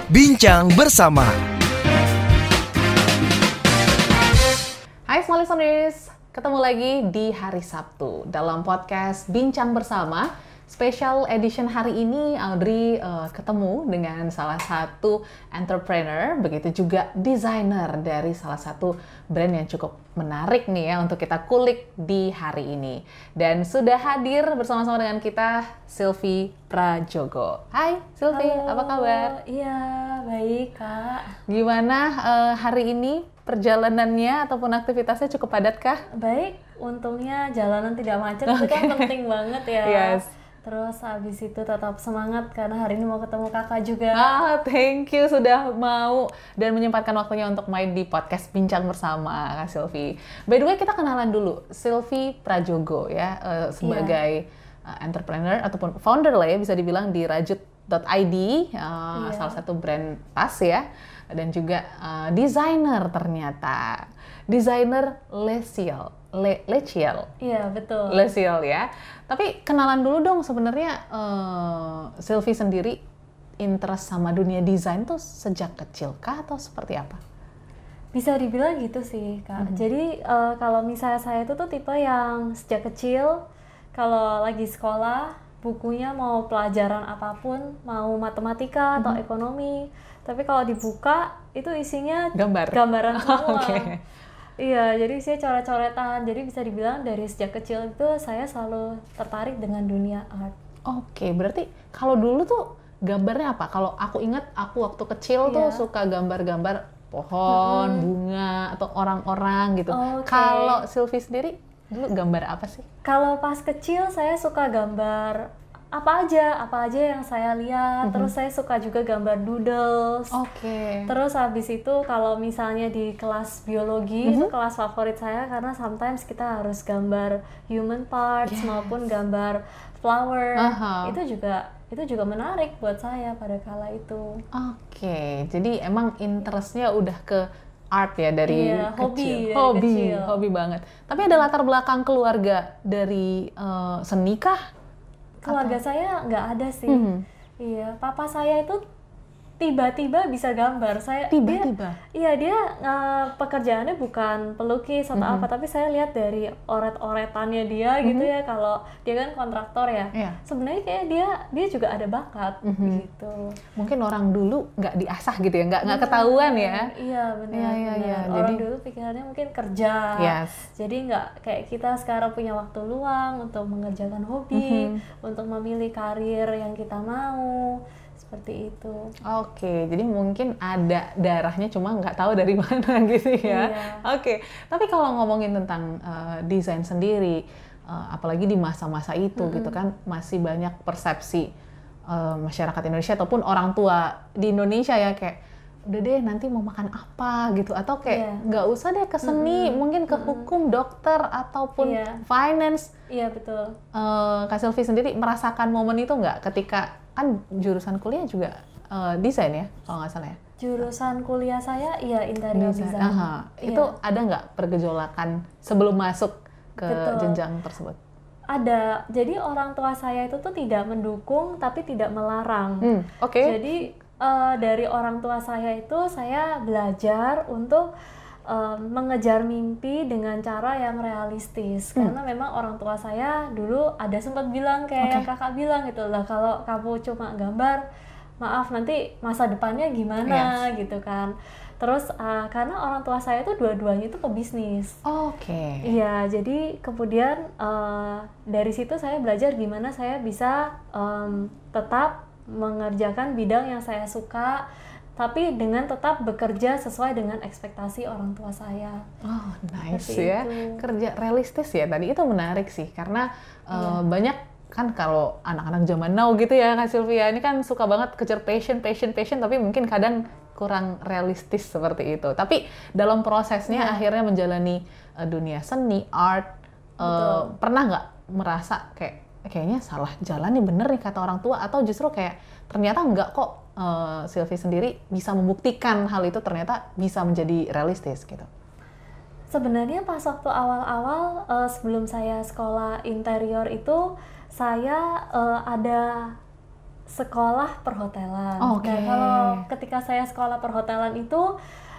Bincang bersama. Hai small listeners, ketemu lagi di hari Sabtu dalam podcast Bincang Bersama. Special edition hari ini Audrey ketemu dengan salah satu entrepreneur, begitu juga desainer dari salah satu brand yang cukup menarik nih ya untuk kita kulik di hari ini. Dan sudah hadir bersama-sama dengan kita Sylvie Prajogo. Hai Sylvie, Halo. apa kabar? Iya, baik Kak. Gimana hari ini perjalanannya ataupun aktivitasnya cukup padat kah? Baik, untungnya jalanan tidak macet, itu kan penting banget ya. Yes. Terus habis itu tetap semangat karena hari ini mau ketemu kakak juga. Thank you sudah mau dan menyempatkan waktunya untuk main di podcast Bincang Bersama Kak Sylvie. By the way, kita kenalan dulu. Sylvie Prajogo ya, sebagai entrepreneur ataupun founder lah ya, bisa dibilang di rajut.id, salah satu brand tas ya, dan juga desainer ternyata. Desainer Leciel. Iya, betul. Leciel ya. Tapi kenalan dulu dong, sebenarnya Sylvie sendiri interest sama dunia desain tuh sejak kecil kah atau seperti apa? Bisa dibilang gitu sih Kak. Jadi kalau misalnya saya itu tuh tipe yang sejak kecil kalau lagi sekolah bukunya mau pelajaran apapun, mau matematika atau ekonomi, tapi kalau dibuka itu isinya gambaran semua. Okay. Iya, jadi isinya coret-coretan. Jadi bisa dibilang dari sejak kecil itu saya selalu tertarik dengan dunia art. Oke, berarti kalau dulu tuh gambarnya apa? Kalau aku ingat aku waktu kecil tuh suka gambar-gambar pohon, bunga atau orang-orang gitu. Kalau Sylvie sendiri dulu gambar apa sih? Kalau pas kecil saya suka gambar apa aja yang saya lihat. Terus saya suka juga gambar doodles. Terus habis itu kalau misalnya di kelas biologi itu kelas favorit saya karena sometimes kita harus gambar human parts maupun gambar flower. Itu juga menarik buat saya pada kala itu. Jadi emang interestnya udah ke art ya dari kecil. Hobi banget. Tapi ada latar belakang keluarga dari seni kah? Keluarga saya nggak ada sih. Iya, papa saya itu tiba-tiba bisa gambar. Dia pekerjaannya bukan pelukis atau apa, tapi saya lihat dari oret-oretannya dia gitu ya. Kalau dia kan kontraktor ya, sebenarnya kayak dia juga ada bakat gitu. Mungkin orang dulu nggak diasah gitu ya, nggak ketahuan ya. Iya benar. Orang dulu pikirannya mungkin kerja, jadi nggak kayak kita sekarang punya waktu luang untuk mengerjakan hobi, untuk memilih karir yang kita mau. Seperti itu. Jadi mungkin ada darahnya cuma nggak tahu dari mana gitu ya. Tapi kalau ngomongin tentang desain sendiri, apalagi di masa-masa itu gitu kan, masih banyak persepsi masyarakat Indonesia ataupun orang tua di Indonesia ya kayak udah deh nanti mau makan apa gitu, atau kayak nggak usah deh ke seni, mungkin ke hukum, dokter ataupun finance. Iya betul. Kak Sylvie sendiri merasakan momen itu nggak ketika kan jurusan kuliah juga desain ya kalau nggak salah ya? Jurusan kuliah saya interior design. Itu ada nggak pergejolakan sebelum masuk ke jenjang tersebut? Ada. Jadi orang tua saya itu tuh tidak mendukung tapi tidak melarang. Jadi dari orang tua saya itu saya belajar untuk mengejar mimpi dengan cara yang realistis. Karena memang orang tua saya dulu ada sempat bilang kayak yang kakak bilang gitu lah, kalau kamu cuma gambar, maaf nanti masa depannya gimana gitu kan. Terus karena orang tua saya itu dua-duanya itu pebisnis. Iya, jadi kemudian dari situ saya belajar gimana saya bisa tetap mengerjakan bidang yang saya suka, tapi dengan tetap bekerja sesuai dengan ekspektasi orang tua saya. Nice ya. Kerja realistis ya tadi, itu menarik sih karena banyak kan kalau anak-anak zaman now gitu ya Kak Sylvia, ini kan suka banget kejar passion, tapi mungkin kadang kurang realistis seperti itu. Tapi dalam prosesnya akhirnya menjalani dunia seni, art, pernah nggak merasa kayaknya salah jalan nih, bener nih kata orang tua, atau justru kayak ternyata enggak kok, Sylvie sendiri bisa membuktikan hal itu ternyata bisa menjadi realistis gitu? Sebenarnya pas waktu awal-awal sebelum saya sekolah interior itu saya ada sekolah perhotelan. Oke. Nah, kalau ketika saya sekolah perhotelan itu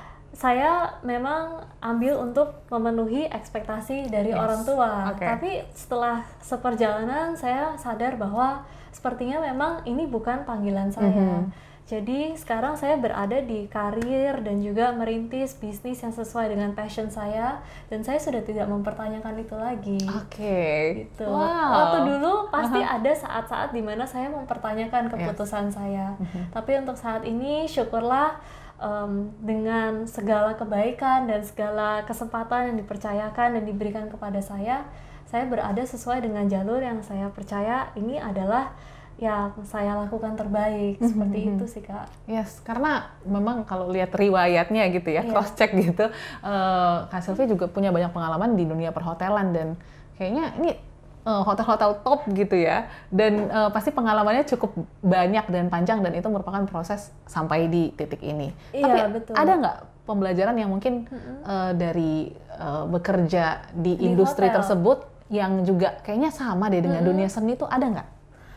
saya memang ambil untuk memenuhi ekspektasi dari orang tua. Tapi setelah seperjalanan saya sadar bahwa sepertinya memang ini bukan panggilan saya. Jadi sekarang saya berada di karir dan juga merintis bisnis yang sesuai dengan passion saya, dan saya sudah tidak mempertanyakan itu lagi. Gitu. Waktu dulu pasti ada saat-saat di mana saya mempertanyakan keputusan saya. Tapi untuk saat ini syukurlah dengan segala kebaikan dan segala kesempatan yang dipercayakan dan diberikan kepada saya berada sesuai dengan jalur yang saya percaya ini adalah yang saya lakukan terbaik. Seperti itu sih, Kak. Yes, karena memang kalau lihat riwayatnya gitu ya, cross check gitu, Kak Sylvie juga punya banyak pengalaman di dunia perhotelan, dan kayaknya ini hotel-hotel top gitu ya, dan pasti pengalamannya cukup banyak dan panjang, dan itu merupakan proses sampai di titik ini. Tapi betul. Ada nggak pembelajaran yang mungkin dari bekerja di industri hotel tersebut yang juga kayaknya sama deh dengan dunia seni, itu ada nggak?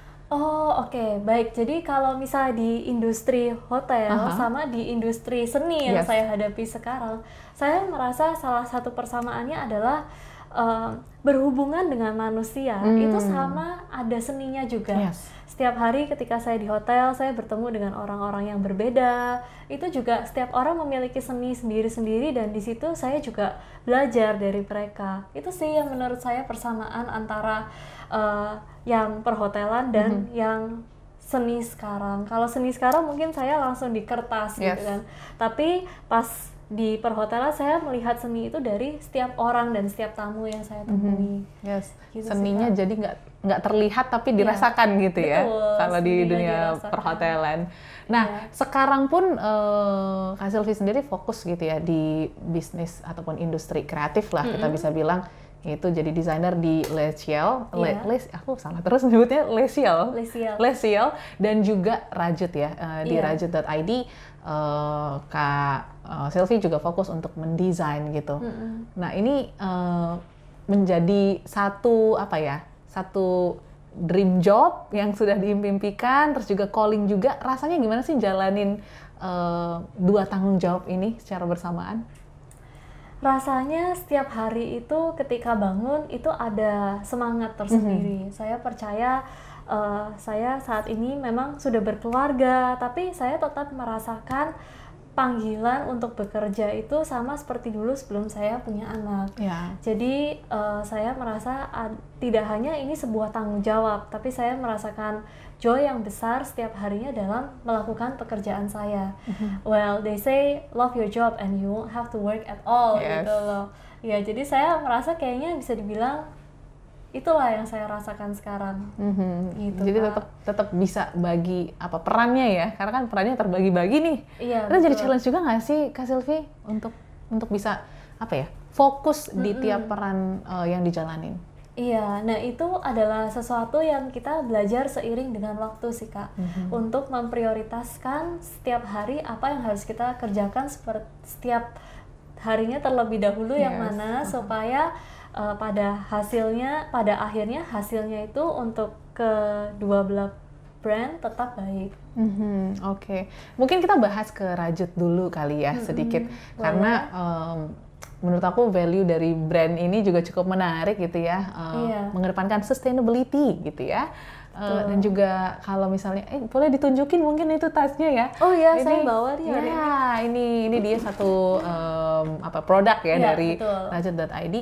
Oke, baik. Jadi kalau misalnya di industri hotel sama di industri seni yang saya hadapi sekarang, saya merasa salah satu persamaannya adalah berhubungan dengan manusia. Itu sama ada seninya juga. Setiap hari ketika saya di hotel, saya bertemu dengan orang-orang yang berbeda. Itu juga setiap orang memiliki seni sendiri-sendiri, dan di situ saya juga belajar dari mereka. Itu sih yang menurut saya persamaan antara yang perhotelan dan yang seni sekarang. Kalau seni sekarang mungkin saya langsung di kertas gitu kan. Tapi pas di perhotelan saya melihat seni itu dari setiap orang dan setiap tamu yang saya temui. Gitu seninya sih, jadi nggak terlihat tapi dirasakan gitu ya. Betul, kalau di dunia perhotelan. Nah, sekarang pun Kak Sylvie sendiri fokus gitu ya di bisnis ataupun industri kreatif lah, kita bisa bilang. Itu jadi desainer di Le Ciel, aku salah terus nyebutnya Le Ciel, dan juga Rajut ya, di rajut.id. Kak Sylvie juga fokus untuk mendesain gitu. Nah, ini menjadi satu dream job yang sudah diimpikan, terus juga calling juga. Rasanya gimana sih jalanin dua tanggung jawab ini secara bersamaan? Rasanya setiap hari itu ketika bangun itu ada semangat tersendiri. Saya percaya saya saat ini memang sudah berkeluarga, tapi saya tetap merasakan panggilan untuk bekerja itu sama seperti dulu sebelum saya punya anak. Jadi saya merasa tidak hanya ini sebuah tanggung jawab, tapi saya merasakan joy yang besar setiap harinya dalam melakukan pekerjaan saya. Well, they say love your job and you won't have to work at all gitu loh. Ya, jadi saya merasa kayaknya bisa dibilang itulah yang saya rasakan sekarang. Gitu, jadi tetap bisa bagi perannya ya, karena kan perannya terbagi-bagi nih. Itu jadi challenge juga nggak sih Kak Sylvie untuk bisa fokus di tiap peran yang dijalanin? Iya, nah itu adalah sesuatu yang kita belajar seiring dengan waktu sih Kak, untuk memprioritaskan setiap hari apa yang harus kita kerjakan setiap harinya terlebih dahulu yang mana supaya pada akhirnya hasilnya itu untuk kedua belah brand tetap baik. Oke. Mungkin kita bahas ke Rajut dulu kali ya sedikit, karena menurut aku value dari brand ini juga cukup menarik gitu ya, mengedepankan sustainability gitu ya. Dan juga kalau misalnya, boleh ditunjukin mungkin itu tasnya ya? Oh iya, saya bawa dia. Ini dia satu produk ya dari rajut.id.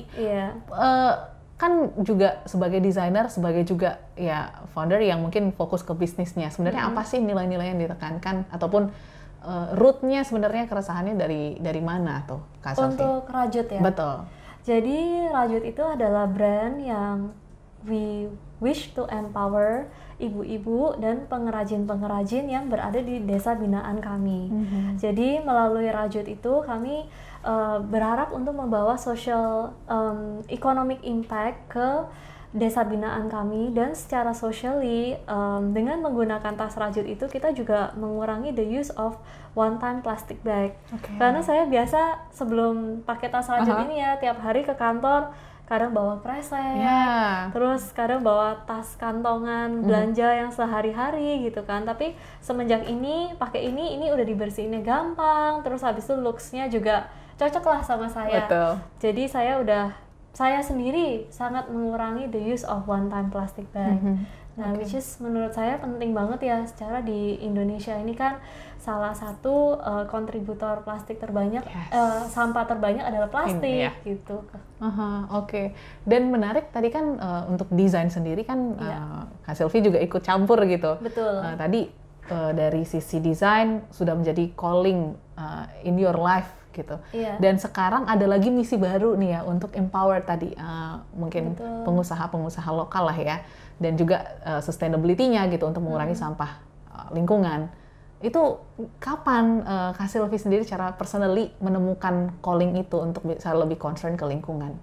Kan juga sebagai desainer, sebagai juga ya founder yang mungkin fokus ke bisnisnya. Sebenarnya apa sih nilai-nilai yang ditekankan ataupun root-nya sebenarnya keresahannya dari mana tuh Kak Sylvie? Untuk Rajut ya? Betul. Jadi Rajut itu adalah brand yang we wish to empower ibu-ibu dan pengrajin-pengrajin yang berada di desa binaan kami. Jadi melalui Rajut itu kami berharap untuk membawa social economic impact ke desa binaan kami, dan secara socially dengan menggunakan tas Rajut itu kita juga mengurangi the use of one time plastic bag. Karena saya biasa sebelum pakai tas Rajut ini ya tiap hari ke kantor kadang bawa kresek, terus kadang bawa tas kantongan belanja yang sehari-hari gitu kan. Tapi semenjak ini pakai ini udah dibersihinnya gampang, terus habis itu looks-nya juga cocok lah sama saya. Betul. Jadi saya sendiri sangat mengurangi the use of one time plastic bag. Nah, which is menurut saya penting banget ya, secara di Indonesia ini kan salah satu kontributor plastik terbanyak, sampah terbanyak adalah plastik gitu. Oke. Dan menarik tadi kan untuk desain sendiri kan Kak Sylvie juga ikut campur gitu. Betul. Tadi dari sisi desain sudah menjadi calling in your life gitu. Dan sekarang ada lagi misi baru nih ya untuk empower tadi mungkin pengusaha-pengusaha lokal lah ya, dan juga sustainability-nya gitu untuk mengurangi sampah lingkungan. Itu kapan Kak Sylvie sendiri secara personally menemukan calling itu untuk bisa lebih concern ke lingkungan?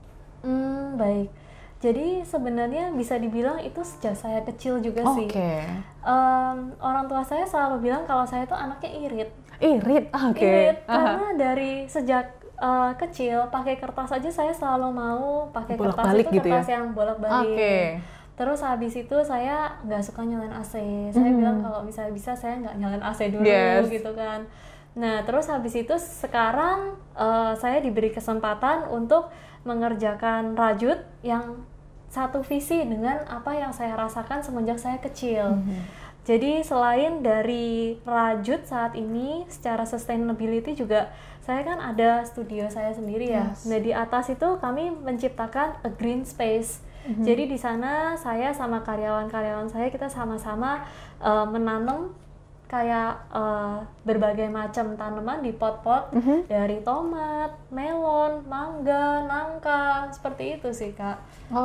Baik. Jadi sebenarnya bisa dibilang itu sejak saya kecil juga sih. Orang tua saya selalu bilang kalau saya tuh anaknya irit. Irit, karena dari sejak kecil pakai kertas aja saya selalu mau pakai kertas itu gitu kertas ya? yang bolak-balik. Terus habis itu saya nggak suka nyalain AC. Saya bilang kalau misalnya bisa saya nggak nyalain AC dulu gitu kan. Nah terus habis itu sekarang saya diberi kesempatan untuk mengerjakan rajut yang satu visi dengan apa yang saya rasakan semenjak saya kecil. Jadi selain dari rajut saat ini secara sustainability juga saya kan ada studio saya sendiri ya. Nah di atas itu kami menciptakan a green space. Jadi di sana saya sama karyawan-karyawan saya kita sama-sama menanam kayak berbagai macam tanaman di pot-pot dari tomat, melon, mangga, nangka, seperti itu sih Kak.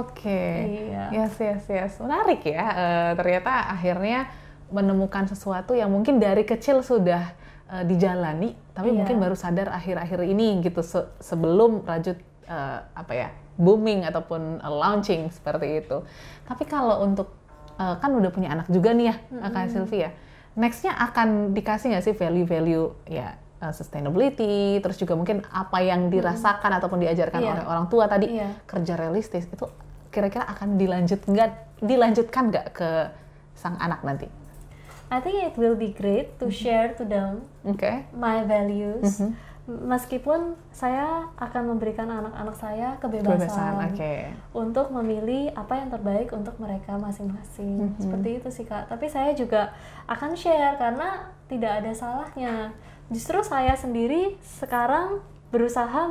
Yes. Menarik ya. Ternyata akhirnya menemukan sesuatu yang mungkin dari kecil sudah dijalani, tapi mungkin baru sadar akhir-akhir ini gitu sebelum rajut booming ataupun launching seperti itu. Tapi kalau untuk kan udah punya anak juga nih ya Kak Sylvie ya, next-nya akan dikasih nggak sih value-value ya sustainability, terus juga mungkin apa yang dirasakan ataupun diajarkan oleh orang tua tadi, kerja realistis itu kira-kira akan dilanjutkan nggak ke sang anak nanti? I think it will be great to share to them my values. Meskipun saya akan memberikan anak-anak saya kebebasan untuk memilih apa yang terbaik untuk mereka masing-masing. Seperti itu sih Kak. Tapi saya juga akan share karena tidak ada salahnya. Justru saya sendiri sekarang berusaha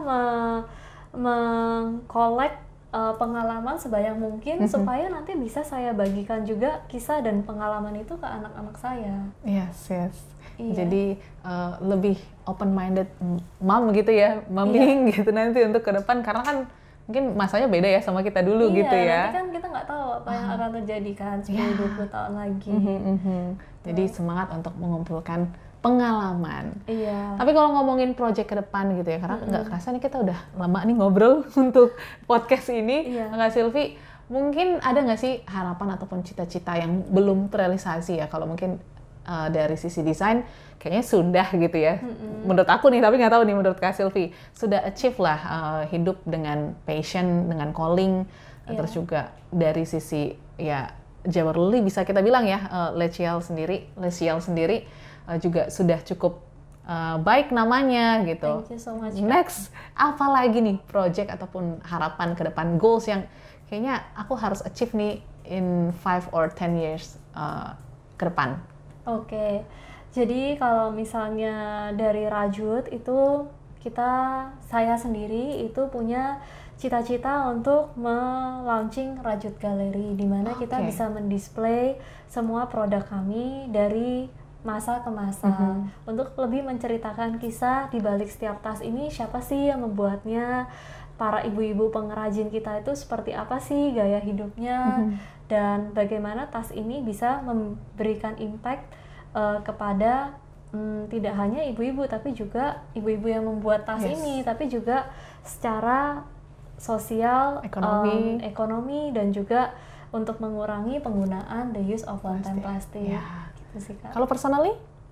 mengkolek pengalaman sebanyak mungkin supaya nanti bisa saya bagikan juga kisah dan pengalaman itu ke anak-anak saya. Yes. Jadi lebih open-minded mom gitu ya, moming gitu nanti untuk ke depan, karena kan mungkin masanya beda ya sama kita dulu gitu ya. Nanti kan kita nggak tahu apa yang akan terjadi kan 10-20 tahun lagi. Jadi semangat untuk mengumpulkan pengalaman. Tapi kalau ngomongin project ke depan gitu ya, karena nggak kerasa nih kita udah lama nih ngobrol untuk podcast ini, Kak Sylvie, mungkin ada nggak sih harapan ataupun cita-cita yang belum terrealisasi ya? Kalau mungkin dari sisi desain kayaknya sudah gitu ya. Menurut aku nih, tapi nggak tahu nih menurut Kak Sylvie, sudah achieve lah hidup dengan passion, dengan calling, terus juga dari sisi ya Jawairlily bisa kita bilang ya, Lecial sendiri juga sudah cukup baik namanya gitu. Thank you so much. Next, apa lagi nih project ataupun harapan ke depan, goals yang kayaknya aku harus achieve nih in 5 or 10 years ke depan? Jadi kalau misalnya dari rajut itu saya sendiri itu punya cita-cita untuk melaunching Rajut Gallery, di mana kita bisa mendisplay semua produk kami dari masa ke masa untuk lebih menceritakan kisah di balik setiap tas ini, siapa sih yang membuatnya, para ibu-ibu pengrajin kita itu seperti apa sih gaya hidupnya, dan bagaimana tas ini bisa memberikan impact kepada tidak hanya ibu-ibu tapi juga ibu-ibu yang membuat tas ini, tapi juga secara sosial, ekonomi dan juga untuk mengurangi penggunaan the use of one time plastic. Gitu sih, Kak. Kalau personally?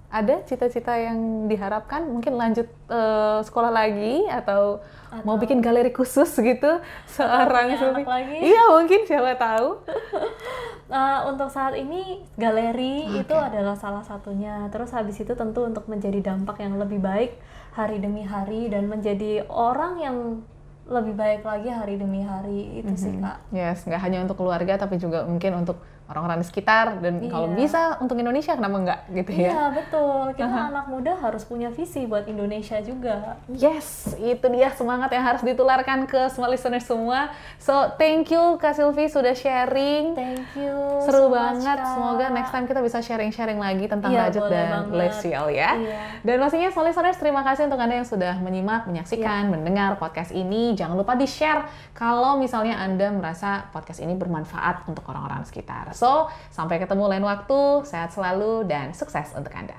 ada cita-cita yang diharapkan? Mungkin lanjut sekolah lagi atau mau bikin galeri khusus gitu seorang Sylvie? Iya, mungkin siapa tahu. Untuk saat ini galeri itu adalah salah satunya. Terus habis itu tentu untuk menjadi dampak yang lebih baik hari demi hari dan menjadi orang yang lebih baik lagi hari demi hari itu sih Kak. Yes, nggak hanya untuk keluarga tapi juga mungkin untuk orang-orang di sekitar dan kalau bisa untuk Indonesia kenapa enggak gitu ya? Iya betul, kita anak muda harus punya visi buat Indonesia juga. Yes, itu dia semangat yang harus ditularkan ke semua listeners semua. So thank you Kak Sylvie sudah sharing. Thank you. Seru banget. Semoga next time kita bisa sharing-sharing lagi tentang budget dan life skill ya. Dan pastinya semua listeners terima kasih untuk Anda yang sudah menyimak, menyaksikan, mendengar podcast ini. Jangan lupa di-share kalau misalnya Anda merasa podcast ini bermanfaat untuk orang-orang sekitar. So, sampai ketemu lain waktu, sehat selalu, dan sukses untuk Anda.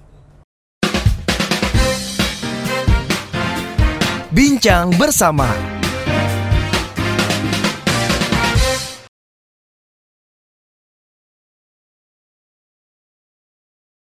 Bincang bersama